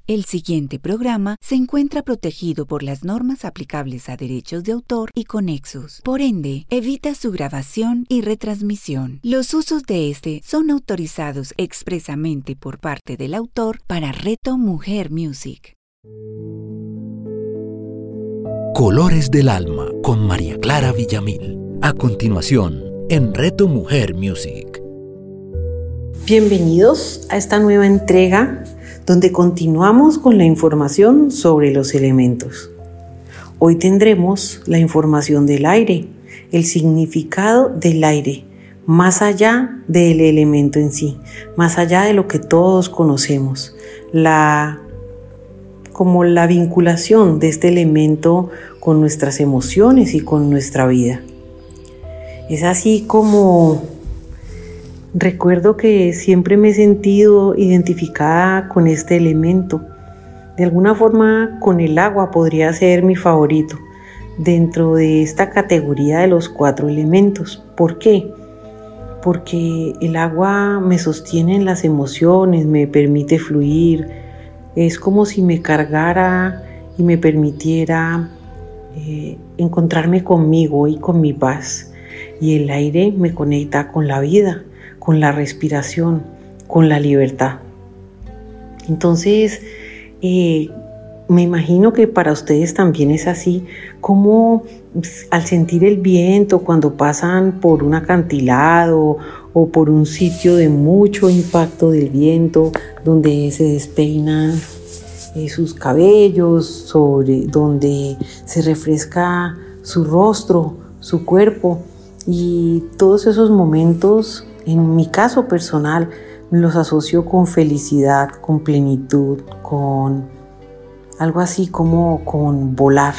El siguiente programa se encuentra protegido por las normas aplicables a derechos de autor y conexos. Por ende, evita su grabación y retransmisión. Los usos de este son autorizados expresamente por parte del autor para Reto Mujer Music. Colores del Alma con María Clara Villamil. A continuación, en Reto Mujer Music. Bienvenidos a esta nueva entrega donde continuamos con la información sobre los elementos. Hoy tendremos la información del aire, el significado del aire, más allá del elemento en sí, más allá de lo que todos conocemos, como la vinculación de este elemento con nuestras emociones y con nuestra vida. Es así como recuerdo que siempre me he sentido identificada con este elemento. De alguna forma, con el agua podría ser mi favorito dentro de esta categoría de los 4 elementos. ¿Por qué? Porque el agua me sostiene en las emociones, me permite fluir. Es como si me cargara y me permitiera encontrarme conmigo y con mi paz. Y el aire me conecta con la vida, con la respiración, con la libertad. Entonces, me imagino que para ustedes también es así, como al sentir el viento cuando pasan por un acantilado o por un sitio de mucho impacto del viento, donde se despeinan sus cabellos, donde se refresca su rostro, su cuerpo, y todos esos momentos, en mi caso personal, los asocio con felicidad, con plenitud, con algo así como con volar.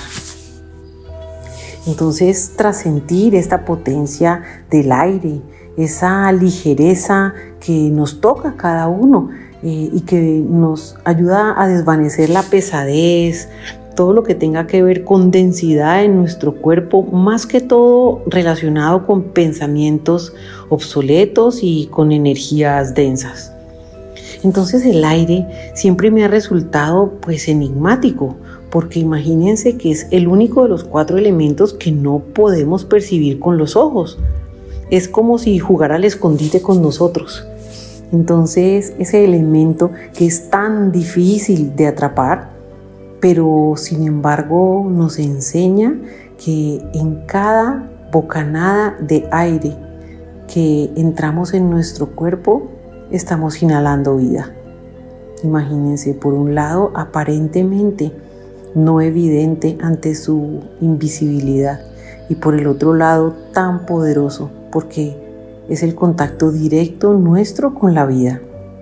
Entonces, tras sentir esta potencia del aire, esa ligereza que nos toca a cada uno y que nos ayuda a desvanecer la pesadez, todo lo que tenga que ver con densidad en nuestro cuerpo, más que todo relacionado con pensamientos obsoletos y con energías densas. Entonces el aire siempre me ha resultado enigmático, porque imagínense que es el único de los 4 elementos que no podemos percibir con los ojos. Es como si jugara al escondite con nosotros. Entonces ese elemento que es tan difícil de atrapar, pero sin embargo nos enseña que en cada bocanada de aire que entramos en nuestro cuerpo, estamos inhalando vida. Imagínense, por un lado, aparentemente no evidente ante su invisibilidad, y por el otro lado, tan poderoso, porque es el contacto directo nuestro con la vida.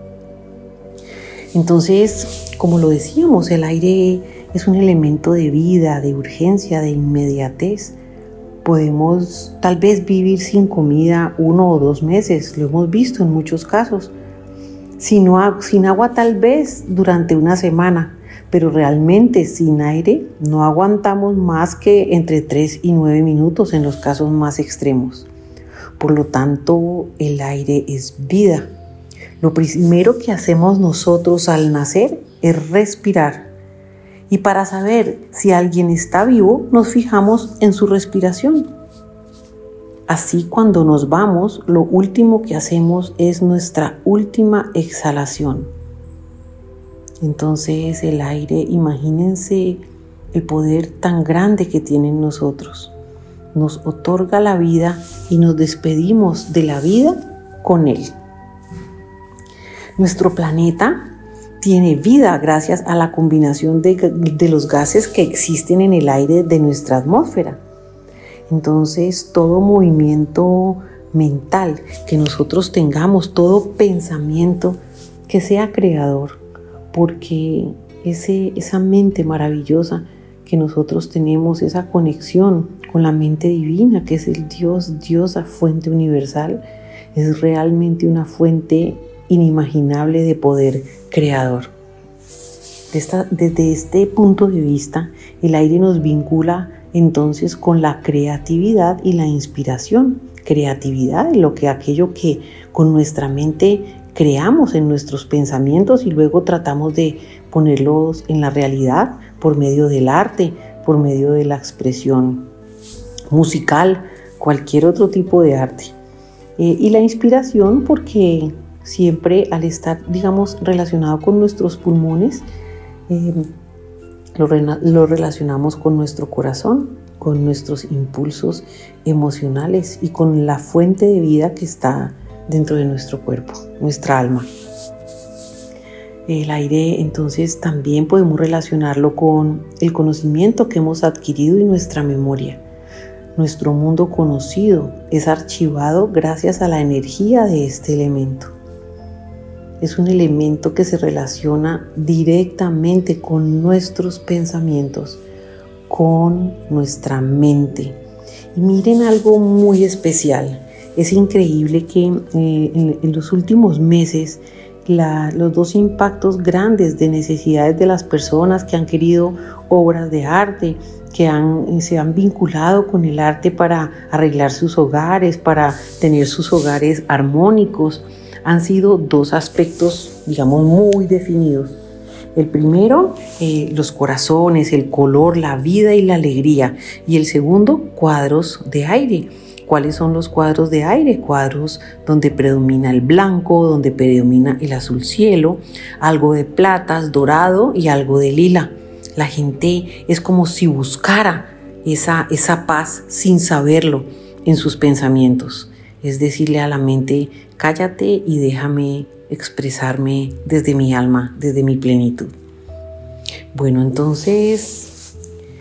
Entonces, como lo decíamos, el aire es un elemento de vida, de urgencia, de inmediatez. Podemos tal vez vivir sin comida 1 o 2 meses, lo hemos visto en muchos casos. Sin agua tal vez durante una semana, pero realmente sin aire no aguantamos más que entre 3 y 9 minutos en los casos más extremos. Por lo tanto, el aire es vida. Lo primero que hacemos nosotros al nacer es respirar. Y para saber si alguien está vivo, nos fijamos en su respiración. Así, cuando nos vamos, lo último que hacemos es nuestra última exhalación. Entonces, el aire, imagínense el poder tan grande que tiene en nosotros. Nos otorga la vida y nos despedimos de la vida con él. Nuestro planeta tiene vida gracias a la combinación de los gases que existen en el aire de nuestra atmósfera. Entonces, todo movimiento mental que nosotros tengamos, todo pensamiento que sea creador, porque esa mente maravillosa que nosotros tenemos, esa conexión con la mente divina, que es el Dios, diosa, fuente universal, es realmente una fuente inimaginable de poder creador. Desde este punto de vista, el aire nos vincula entonces con la creatividad y la inspiración. Creatividad, aquello que con nuestra mente creamos en nuestros pensamientos y luego tratamos de ponerlos en la realidad por medio del arte, por medio de la expresión musical, cualquier otro tipo de arte. Y la inspiración, porque siempre al estar, digamos, relacionado con nuestros pulmones, lo relacionamos con nuestro corazón, con nuestros impulsos emocionales y con la fuente de vida que está dentro de nuestro cuerpo, nuestra alma. El aire, entonces, también podemos relacionarlo con el conocimiento que hemos adquirido y nuestra memoria. Nuestro mundo conocido es archivado gracias a la energía de este elemento. Es un elemento que se relaciona directamente con nuestros pensamientos, con nuestra mente. Y miren algo muy especial. Es increíble que en los últimos meses los dos impactos grandes de necesidades de las personas que han querido obras de arte, que se han vinculado con el arte para arreglar sus hogares, para tener sus hogares armónicos, han sido dos aspectos, digamos, muy definidos. El primero, los corazones, el color, la vida y la alegría. Y el segundo, cuadros de aire. ¿Cuáles son los cuadros de aire? Cuadros donde predomina el blanco, donde predomina el azul cielo, algo de platas, dorado y algo de lila. La gente es como si buscara esa paz sin saberlo en sus pensamientos. Es decirle a la mente, cállate y déjame expresarme desde mi alma, desde mi plenitud. Bueno, entonces,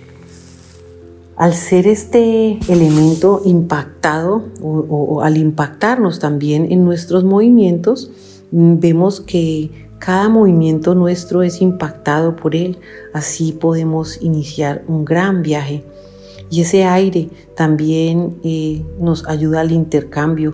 al ser este elemento impactado o al impactarnos también en nuestros movimientos, vemos que cada movimiento nuestro es impactado por él. Así podemos iniciar un gran viaje. Y ese aire también nos ayuda al intercambio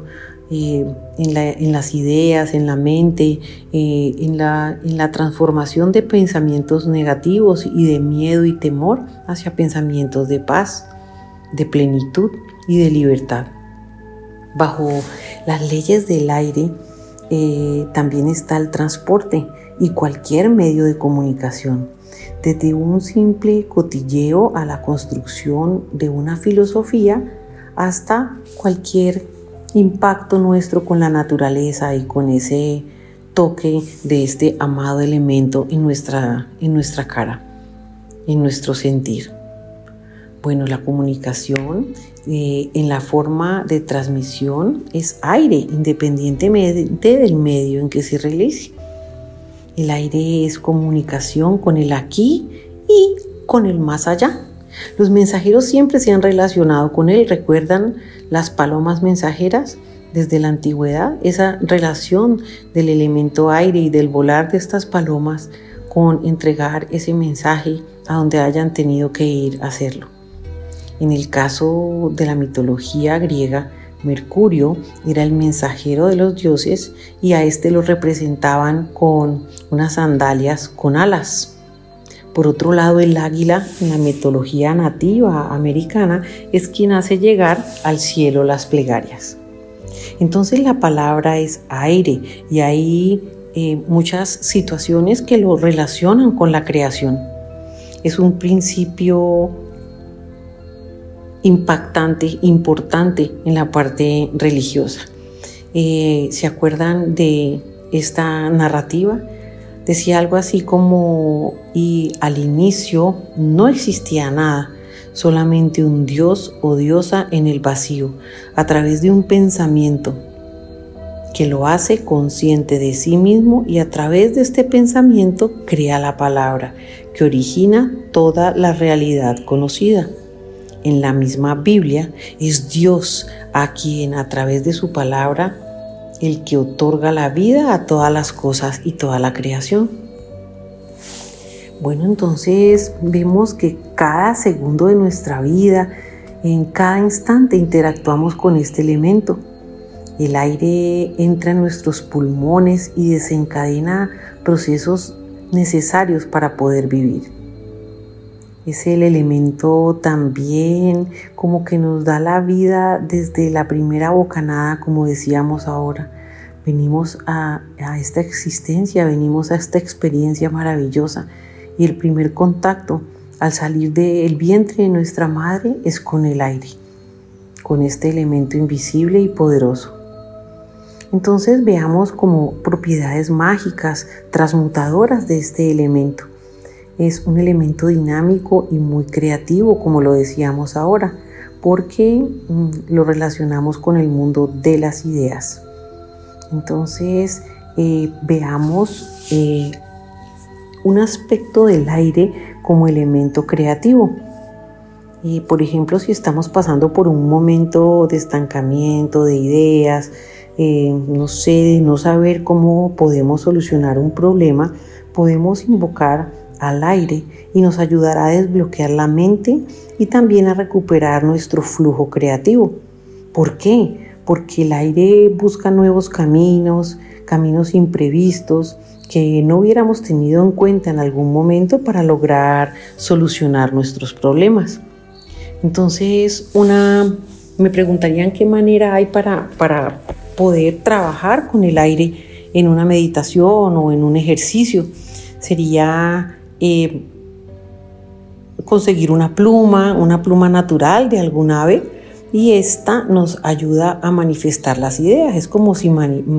en las ideas, en la mente, en la transformación de pensamientos negativos y de miedo y temor hacia pensamientos de paz, de plenitud y de libertad. Bajo las leyes del aire también está el transporte y cualquier medio de comunicación, desde un simple cotilleo a la construcción de una filosofía hasta cualquier impacto nuestro con la naturaleza y con ese toque de este amado elemento en nuestra cara, en nuestro sentir. Bueno, la comunicación en la forma de transmisión es aire, independientemente del medio en que se realice. El aire es comunicación con el aquí y con el más allá. Los mensajeros siempre se han relacionado con él. ¿Recuerdan las palomas mensajeras? Desde la antigüedad, esa relación del elemento aire y del volar de estas palomas con entregar ese mensaje a donde hayan tenido que ir a hacerlo. En el caso de la mitología griega, Mercurio era el mensajero de los dioses y a este lo representaban con unas sandalias con alas. Por otro lado, el águila en la mitología nativa americana es quien hace llegar al cielo las plegarias. Entonces la palabra es aire y hay muchas situaciones que lo relacionan con la creación. Es un principio impactante, importante en la parte religiosa. ¿Se acuerdan de esta narrativa? Decía algo así como, y al inicio no existía nada, solamente un dios o diosa en el vacío, a través de un pensamiento que lo hace consciente de sí mismo y a través de este pensamiento crea la palabra que origina toda la realidad conocida. En la misma Biblia es Dios a quien a través de su palabra el que otorga la vida a todas las cosas y toda la creación. Bueno, entonces vemos que cada segundo de nuestra vida, en cada instante interactuamos con este elemento. El aire entra en nuestros pulmones y desencadena procesos necesarios para poder vivir. Es el elemento también como que nos da la vida desde la primera bocanada, como decíamos ahora, venimos a esta existencia, venimos a esta experiencia maravillosa, y el primer contacto al salir del vientre de nuestra madre es con el aire, con este elemento invisible y poderoso. Entonces veamos como propiedades mágicas, transmutadoras de este elemento. Es un elemento dinámico y muy creativo, como lo decíamos ahora, porque lo relacionamos con el mundo de las ideas. Entonces veamos un aspecto del aire como elemento creativo. Por ejemplo, si estamos pasando por un momento de estancamiento de ideas, de no saber cómo podemos solucionar un problema, podemos invocar al aire y nos ayudará a desbloquear la mente y también a recuperar nuestro flujo creativo. ¿Por qué? Porque el aire busca nuevos caminos imprevistos que no hubiéramos tenido en cuenta en algún momento para lograr solucionar nuestros problemas. Entonces, me preguntarían qué manera hay para poder trabajar con el aire en una meditación o en un ejercicio. Sería conseguir una pluma natural de algún ave, y esta nos ayuda a manifestar las ideas. Es como si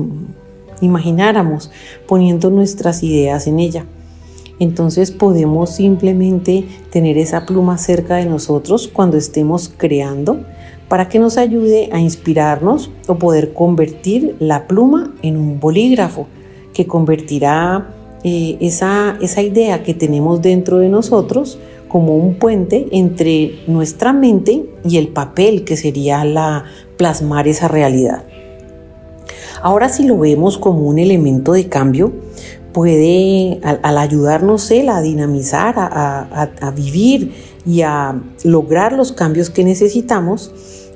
imagináramos poniendo nuestras ideas en ella. Entonces podemos simplemente tener esa pluma cerca de nosotros cuando estemos creando, para que nos ayude a inspirarnos o poder convertir la pluma en un bolígrafo que convertirá esa idea que tenemos dentro de nosotros como un puente entre nuestra mente y el papel, que sería plasmar esa realidad. Ahora, si lo vemos como un elemento de cambio, puede, al ayudarnos él a dinamizar, a vivir y a lograr los cambios que necesitamos.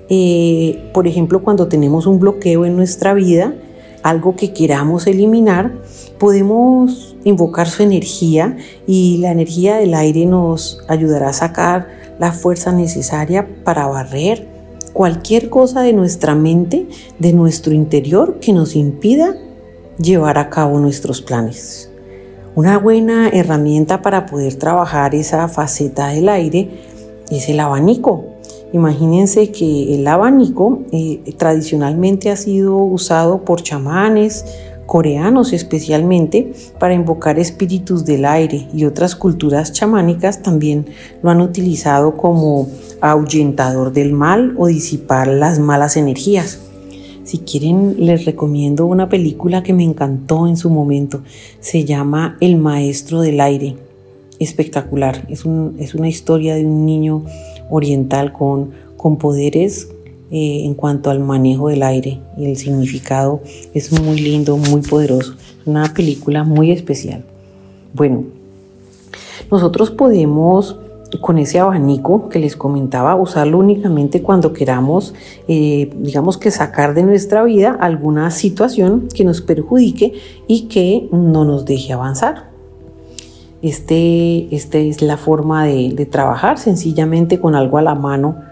Por ejemplo, cuando tenemos un bloqueo en nuestra vida, algo que queramos eliminar, podemos invocar su energía, y la energía del aire nos ayudará a sacar la fuerza necesaria para barrer cualquier cosa de nuestra mente, de nuestro interior, que nos impida llevar a cabo nuestros planes. Una buena herramienta para poder trabajar esa faceta del aire es el abanico. Imagínense que el abanico tradicionalmente ha sido usado por chamanes coreanos especialmente para invocar espíritus del aire, y otras culturas chamánicas también lo han utilizado como ahuyentador del mal o disipar las malas energías. Si quieren, les recomiendo una película que me encantó en su momento. Se llama El Maestro del Aire. Espectacular. Es una historia de un niño oriental con poderes en cuanto al manejo del aire, y el significado es muy lindo, muy poderoso. Es una película muy especial. Bueno, nosotros podemos, con ese abanico que les comentaba, usarlo únicamente cuando queramos, digamos que sacar de nuestra vida alguna situación que nos perjudique y que no nos deje avanzar. Esta es la forma de trabajar, sencillamente con algo a la mano,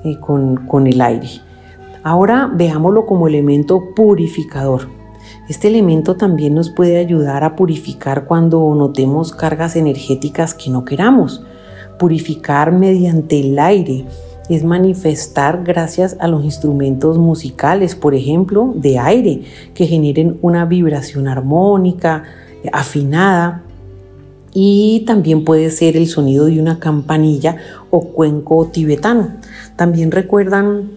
con el aire. Ahora veámoslo como elemento purificador. Este elemento también nos puede ayudar a purificar cuando notemos cargas energéticas que no queramos. Purificar mediante el aire es manifestar gracias a los instrumentos musicales, por ejemplo, de aire, que generen una vibración armónica, afinada. Y también puede ser el sonido de una campanilla o cuenco tibetano. También recuerdan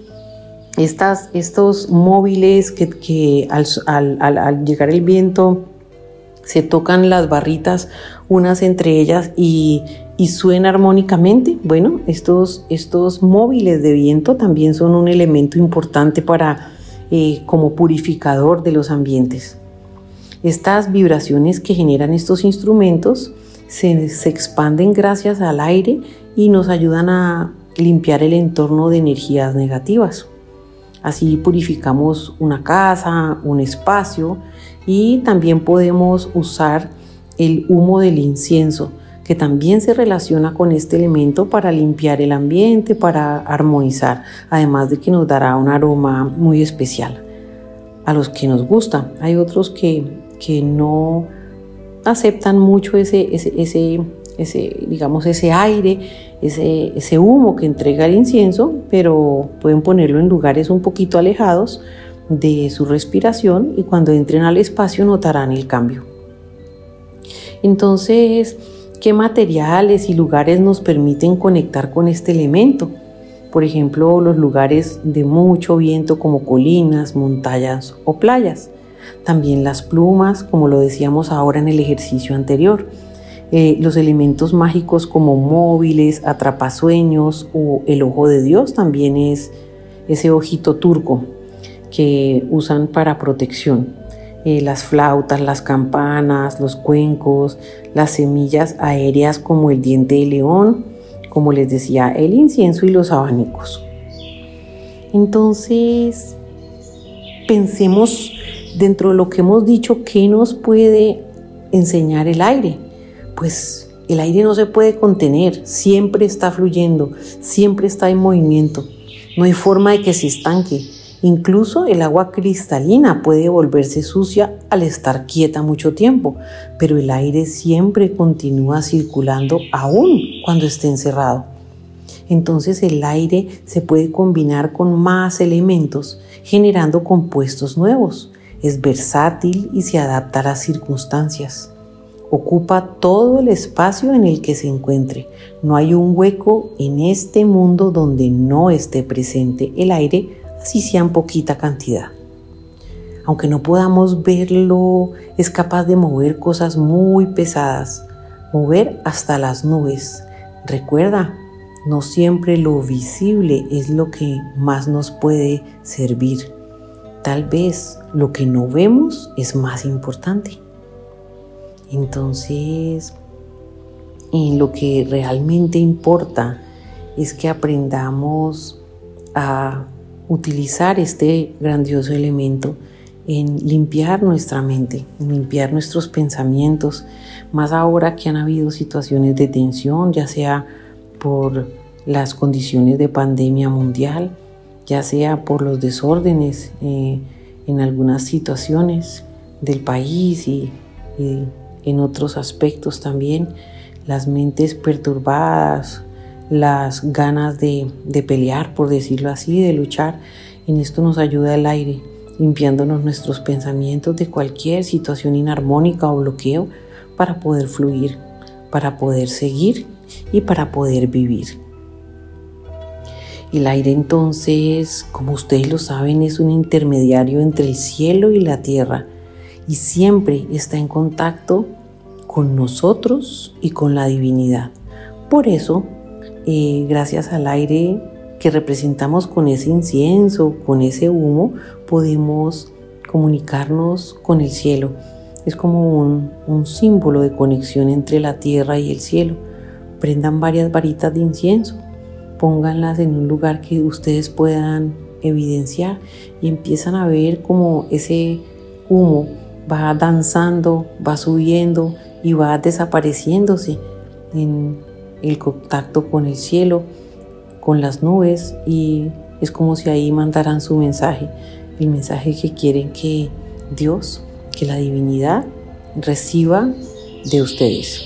estos móviles que al llegar el viento se tocan las barritas unas entre ellas y suena armónicamente. Bueno, estos móviles de viento también son un elemento importante como purificador de los ambientes. Estas vibraciones que generan estos instrumentos se expanden gracias al aire y nos ayudan a limpiar el entorno de energías negativas. Así purificamos una casa, un espacio, y también podemos usar el humo del incienso, que también se relaciona con este elemento para limpiar el ambiente, para armonizar, además de que nos dará un aroma muy especial. a los que nos gusta. Hay otros que no aceptan mucho ese aire, ese humo que entrega el incienso, pero pueden ponerlo en lugares un poquito alejados de su respiración y cuando entren al espacio notarán el cambio. Entonces, ¿qué materiales y lugares nos permiten conectar con este elemento? Por ejemplo, los lugares de mucho viento como colinas, montañas o playas. También las plumas, como lo decíamos ahora en el ejercicio anterior. Los elementos mágicos como móviles, atrapasueños o el ojo de Dios también es ese ojito turco que usan para protección. Las flautas, las campanas, los cuencos, las semillas aéreas como el diente de león, como les decía, el incienso y los abanicos. Entonces, pensemos dentro de lo que hemos dicho, ¿qué nos puede enseñar el aire? Pues el aire no se puede contener, siempre está fluyendo, siempre está en movimiento. No hay forma de que se estanque. Incluso el agua cristalina puede volverse sucia al estar quieta mucho tiempo, pero el aire siempre continúa circulando aún cuando esté encerrado. Entonces el aire se puede combinar con más elementos, generando compuestos nuevos. Es versátil y se adapta a las circunstancias. Ocupa todo el espacio en el que se encuentre. No hay un hueco en este mundo donde no esté presente el aire, así sea en poquita cantidad. Aunque no podamos verlo, es capaz de mover cosas muy pesadas, mover hasta las nubes. Recuerda, no siempre lo visible es lo que más nos puede servir. Tal vez lo que no vemos es más importante. Entonces, lo que realmente importa es que aprendamos a utilizar este grandioso elemento en limpiar nuestra mente, en limpiar nuestros pensamientos, más ahora que han habido situaciones de tensión, ya sea por las condiciones de pandemia mundial, ya sea por los desórdenes en algunas situaciones del país y en otros aspectos también, las mentes perturbadas, las ganas de pelear, por decirlo así, de luchar. En esto nos ayuda el aire, limpiándonos nuestros pensamientos de cualquier situación inarmónica o bloqueo para poder fluir, para poder seguir y para poder vivir. El aire entonces, como ustedes lo saben, es un intermediario entre el cielo y la tierra y siempre está en contacto con nosotros y con la divinidad. Por eso, gracias al aire que representamos con ese incienso, con ese humo, podemos comunicarnos con el cielo. Es como un símbolo de conexión entre la tierra y el cielo. Prendan varias varitas de incienso, pónganlas en un lugar que ustedes puedan evidenciar y empiezan a ver cómo ese humo va danzando, va subiendo y va desapareciéndose en el contacto con el cielo, con las nubes, y es como si ahí mandaran su mensaje, el mensaje que quieren que Dios, que la divinidad reciba de ustedes.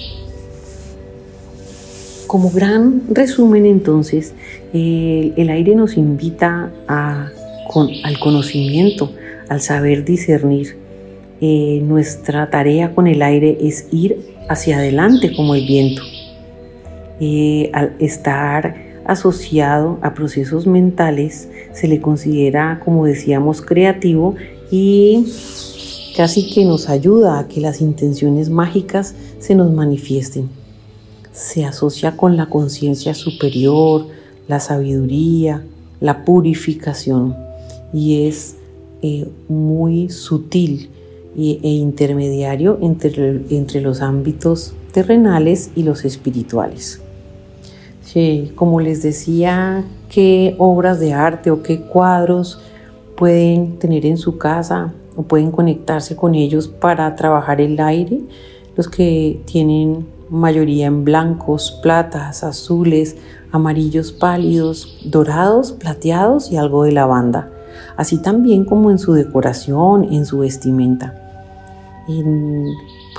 Como gran resumen entonces, el aire nos invita al conocimiento, al saber discernir. Nuestra tarea con el aire es ir hacia adelante como el viento. Al estar asociado a procesos mentales, se le considera, como decíamos, creativo y casi que nos ayuda a que las intenciones mágicas se nos manifiesten. Se asocia con la conciencia superior, la sabiduría, la purificación y es muy sutil e intermediario entre los ámbitos terrenales y los espirituales. Sí, como les decía, qué obras de arte o qué cuadros pueden tener en su casa o pueden conectarse con ellos para trabajar el aire. Los que tienen mayoría en blancos, platas, azules, amarillos pálidos, dorados, plateados y algo de lavanda. así también como en su decoración, en su vestimenta. En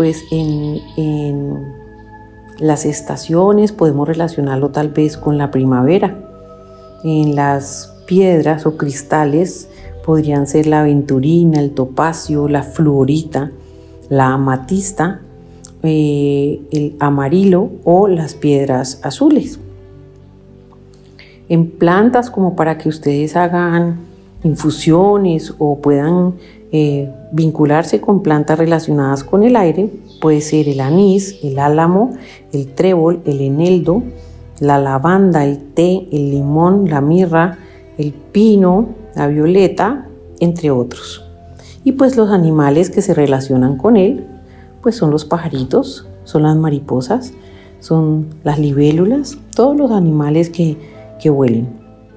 las estaciones podemos relacionarlo tal vez con la primavera. En las piedras o cristales podrían ser la aventurina, el topacio, la fluorita, la amatista, el amarilo o las piedras azules. En plantas, como para que ustedes hagan infusiones o puedan vincularse con plantas relacionadas con el aire, puede ser el anís, el álamo, el trébol, el eneldo, la lavanda, el té, el limón, la mirra, el pino, la violeta, entre otros. Y pues los animales que se relacionan con él, pues son los pajaritos, son las mariposas, son las libélulas, todos los animales que huelen.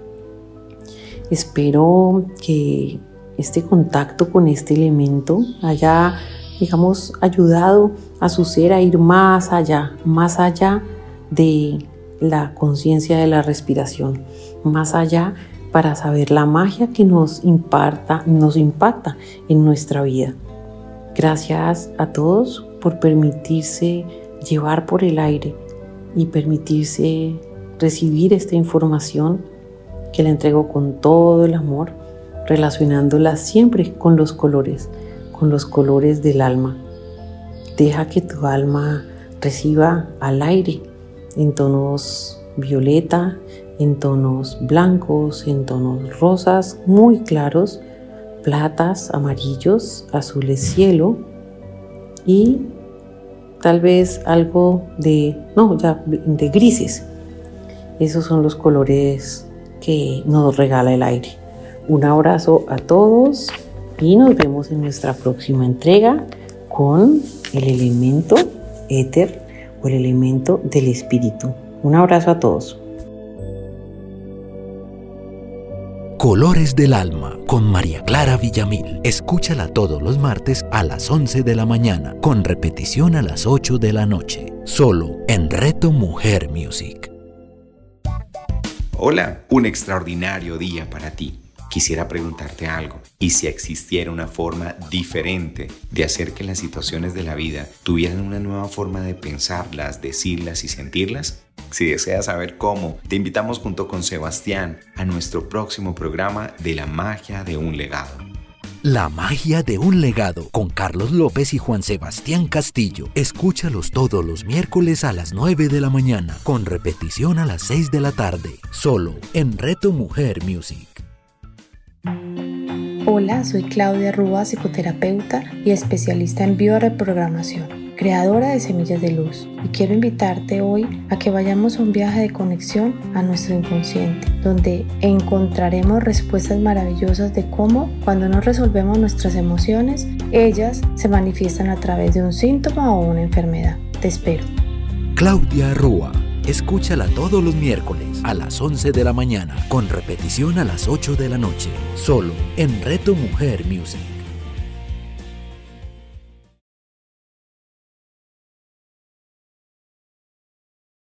Espero que este contacto con este elemento haya, ayudado a su ser a ir más allá de la conciencia de la respiración, más allá para saber la magia que nos impacta en nuestra vida. Gracias a todos por permitirse llevar por el aire y permitirse recibir esta información que la entrego con todo el amor, relacionándola siempre con los colores del alma. Deja que tu alma reciba al aire en tonos violeta, en tonos blancos, en tonos rosas muy claros, platas, amarillos, azules cielo y tal vez algo de grises. Esos son los colores que nos regala el aire. Un abrazo a todos y nos vemos en nuestra próxima entrega con el elemento éter o el elemento del espíritu. Un abrazo a todos. Colores del Alma con María Clara Villamil. Escúchala todos los martes a las 11 de la mañana, con repetición a las 8 de la noche, solo en Reto Mujer Music. Hola, un extraordinario día para ti. Quisiera preguntarte algo. ¿Y si existiera una forma diferente de hacer que las situaciones de la vida tuvieran una nueva forma de pensarlas, decirlas y sentirlas? Si deseas saber cómo, te invitamos junto con Sebastián a nuestro próximo programa de La Magia de un Legado. La Magia de un Legado con Carlos López y Juan Sebastián Castillo. Escúchalos todos los miércoles a las 9 de la mañana, con repetición a las 6 de la tarde, solo en Reto Mujer Music. Hola, soy Claudia Rúa, psicoterapeuta y especialista en bioreprogramación, creadora de Semillas de Luz, y quiero invitarte hoy a que vayamos a un viaje de conexión a nuestro inconsciente, donde encontraremos respuestas maravillosas de cómo, cuando no resolvemos nuestras emociones, ellas se manifiestan a través de un síntoma o una enfermedad. Te espero. Claudia Rúa. Escúchala todos los miércoles a las 11 de la mañana, con repetición a las 8 de la noche, solo en Reto Mujer Music.